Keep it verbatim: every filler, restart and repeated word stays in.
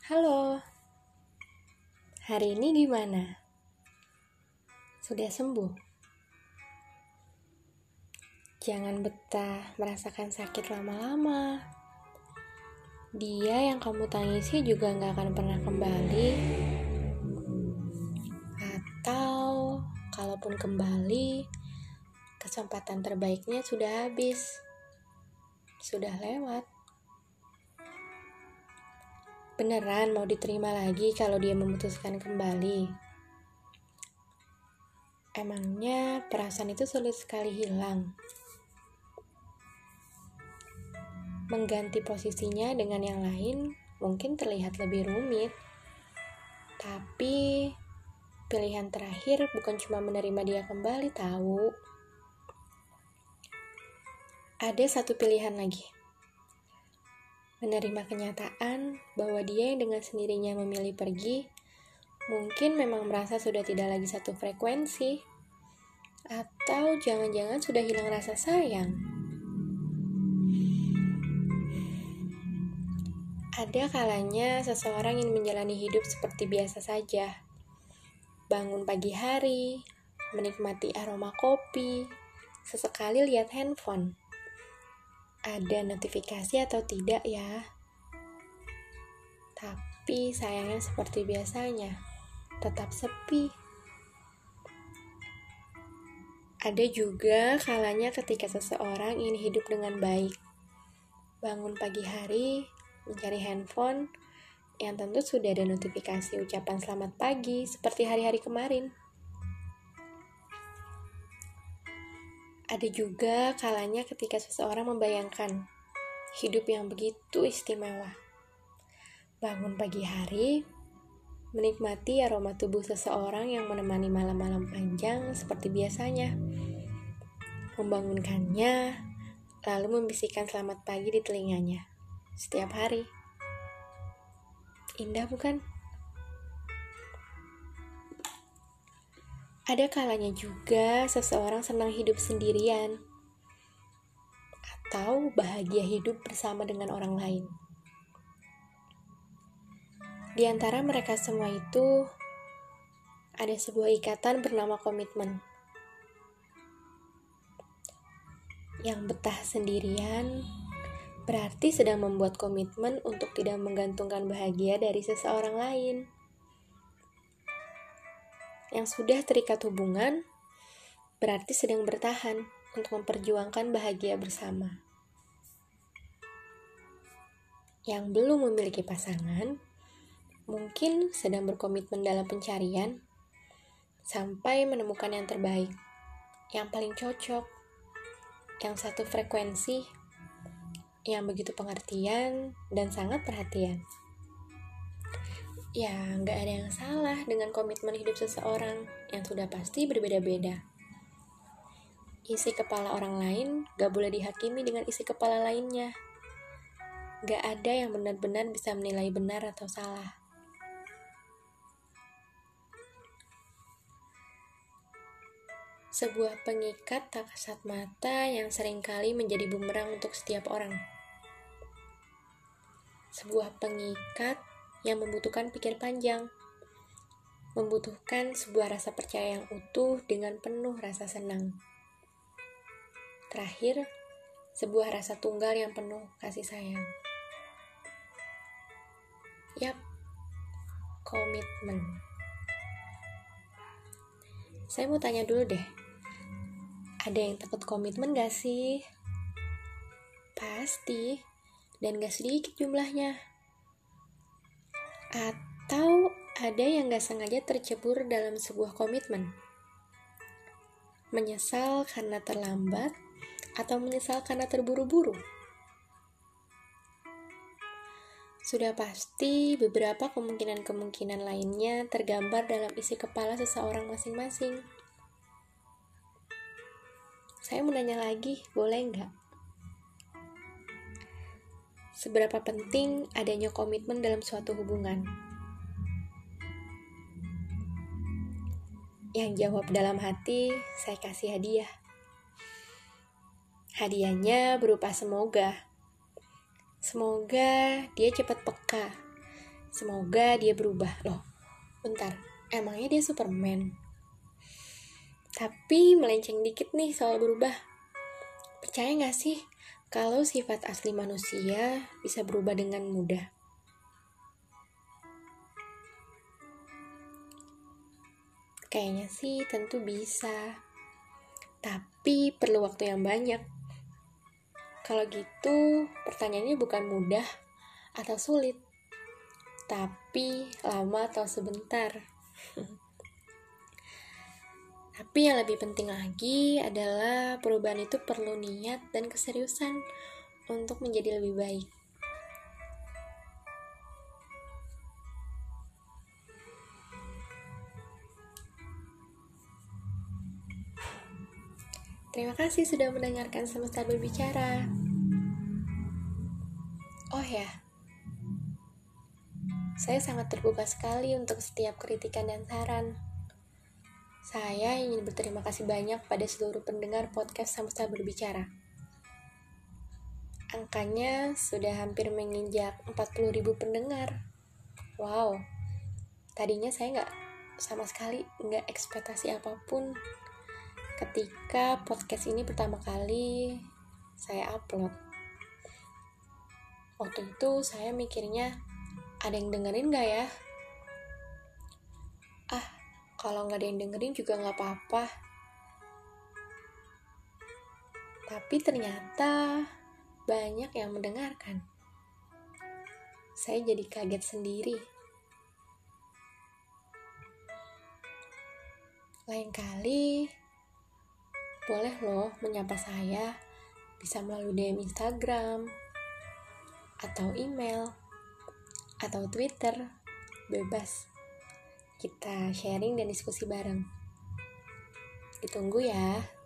Halo, hari ini gimana? Sudah sembuh? Jangan betah merasakan sakit lama-lama. Dia yang kamu tangisi juga gak akan pernah kembali. Atau, kalaupun kembali, kesempatan terbaiknya sudah habis. Sudah lewat. Beneran mau diterima lagi kalau dia memutuskan kembali? Emangnya perasaan itu sulit sekali hilang? Mengganti posisinya dengan yang lain mungkin terlihat lebih rumit. Tapi pilihan terakhir bukan cuma menerima dia kembali, tahu. Ada satu pilihan lagi. Menerima kenyataan bahwa dia yang dengan sendirinya memilih pergi, mungkin memang merasa sudah tidak lagi satu frekuensi. Atau jangan-jangan sudah hilang rasa sayang. Ada kalanya seseorang ingin menjalani hidup seperti biasa saja. Bangun pagi hari, menikmati aroma kopi, sesekali lihat handphone. Ada notifikasi atau tidak ya? Tapi sayangnya seperti biasanya, tetap sepi. Ada juga kalanya ketika seseorang ingin hidup dengan baik. Bangun pagi hari, mencari handphone, yang tentu sudah ada notifikasi ucapan selamat pagi seperti hari-hari kemarin. Ada juga kalanya ketika seseorang membayangkan hidup yang begitu istimewa. Bangun pagi hari, menikmati aroma tubuh seseorang yang menemani malam-malam panjang seperti biasanya. Membangunkannya, lalu membisikkan selamat pagi di telinganya setiap hari. Indah bukan? Ada kalanya juga seseorang senang hidup sendirian atau bahagia hidup bersama dengan orang lain. Di antara mereka semua itu ada sebuah ikatan bernama komitmen. Yang betah sendirian berarti sedang membuat komitmen untuk tidak menggantungkan bahagia dari seseorang lain. Yang sudah terikat hubungan berarti sedang bertahan untuk memperjuangkan bahagia bersama. Yang belum memiliki pasangan mungkin sedang berkomitmen dalam pencarian sampai menemukan yang terbaik, yang paling cocok, yang satu frekuensi, yang begitu pengertian dan sangat perhatian. Ya, nggak ada yang salah dengan komitmen hidup seseorang yang sudah pasti berbeda-beda. Isi kepala orang lain nggak boleh dihakimi dengan isi kepala lainnya. Nggak ada yang benar-benar bisa menilai benar atau salah. Sebuah pengikat tak kasat mata yang seringkali menjadi bumerang untuk setiap orang. Sebuah pengikat yang membutuhkan pikir panjang, membutuhkan sebuah rasa percaya yang utuh dengan penuh rasa senang. Terakhir, sebuah rasa tunggal yang penuh kasih sayang. Yap, komitmen. Saya mau tanya dulu deh, ada yang takut komitmen gak sih? Pasti, dan gak sedikit jumlahnya. Atau ada yang gak sengaja tercebur dalam sebuah komitmen? Menyesal karena terlambat atau menyesal karena terburu-buru? Sudah pasti beberapa kemungkinan-kemungkinan lainnya tergambar dalam isi kepala seseorang masing-masing. Saya mau nanya lagi, boleh nggak? Seberapa penting adanya komitmen dalam suatu hubungan? Yang jawab dalam hati, saya kasih hadiah. Hadiahnya berupa semoga. Semoga dia cepat peka Semoga dia berubah. Loh, bentar, emangnya dia Superman? Tapi melenceng dikit nih soal berubah. Percaya gak sih kalau sifat asli manusia bisa berubah dengan mudah? Kayaknya sih tentu bisa. Tapi perlu waktu yang banyak. Kalau gitu, pertanyaannya bukan mudah atau sulit, tapi lama atau sebentar. Tapi yang lebih penting lagi adalah perubahan itu perlu niat dan keseriusan untuk menjadi lebih baik. Terima kasih sudah mendengarkan Semesta Berbicara. Oh ya, saya sangat terbuka sekali untuk setiap kritikan dan saran. Saya ingin berterima kasih banyak pada seluruh pendengar podcast Semesta Berbicara. Angkanya sudah hampir menginjak empat puluh ribu pendengar. Wow, tadinya saya nggak sama sekali nggak ekspektasi apapun ketika podcast ini pertama kali saya upload. Waktu itu saya mikirnya, ada yang dengerin gak ya? Ah, kalau gak ada yang dengerin juga gak apa-apa. Tapi ternyata banyak yang mendengarkan. Saya jadi kaget sendiri. Lain kali, boleh loh menyapa saya, bisa melalui D M Instagram, atau email, atau Twitter, bebas. Kita sharing dan diskusi bareng. Ditunggu ya.